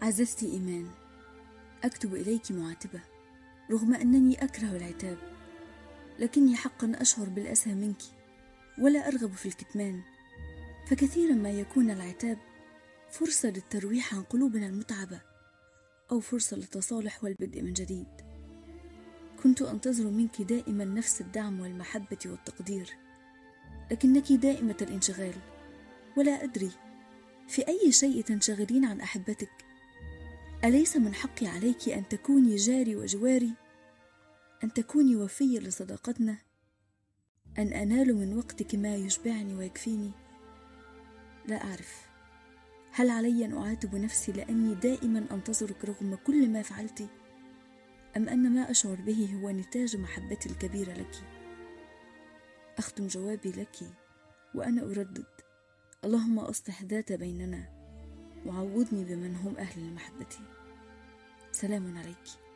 عزيزتي إيمان، أكتب إليك معاتبة رغم أنني أكره العتاب، لكني حقا أشعر بالأسى منك ولا أرغب في الكتمان، فكثيرا ما يكون العتاب فرصة للترويح عن قلوبنا المتعبة أو فرصة للتصالح والبدء من جديد. كنت أنتظر منك دائما نفس الدعم والمحبة والتقدير، لكنك دائمة الانشغال، ولا أدري في أي شيء تنشغلين عن أحبتك. أليس من حقي عليك أن تكوني جاري وجواري، أن تكوني وفية لصداقتنا، أن أنال من وقتك ما يشبعني ويكفيني؟ لا أعرف، هل علي أن أعاتب نفسي لأني دائما أنتظرك رغم كل ما فعلت، أم أن ما أشعر به هو نتاج محبتي الكبيرة لك؟ أختم جوابي لك وأنا أردد: اللهم أصلح ذات بيننا وعوضني بمن هم أهل لمحبتي. سلام عليك.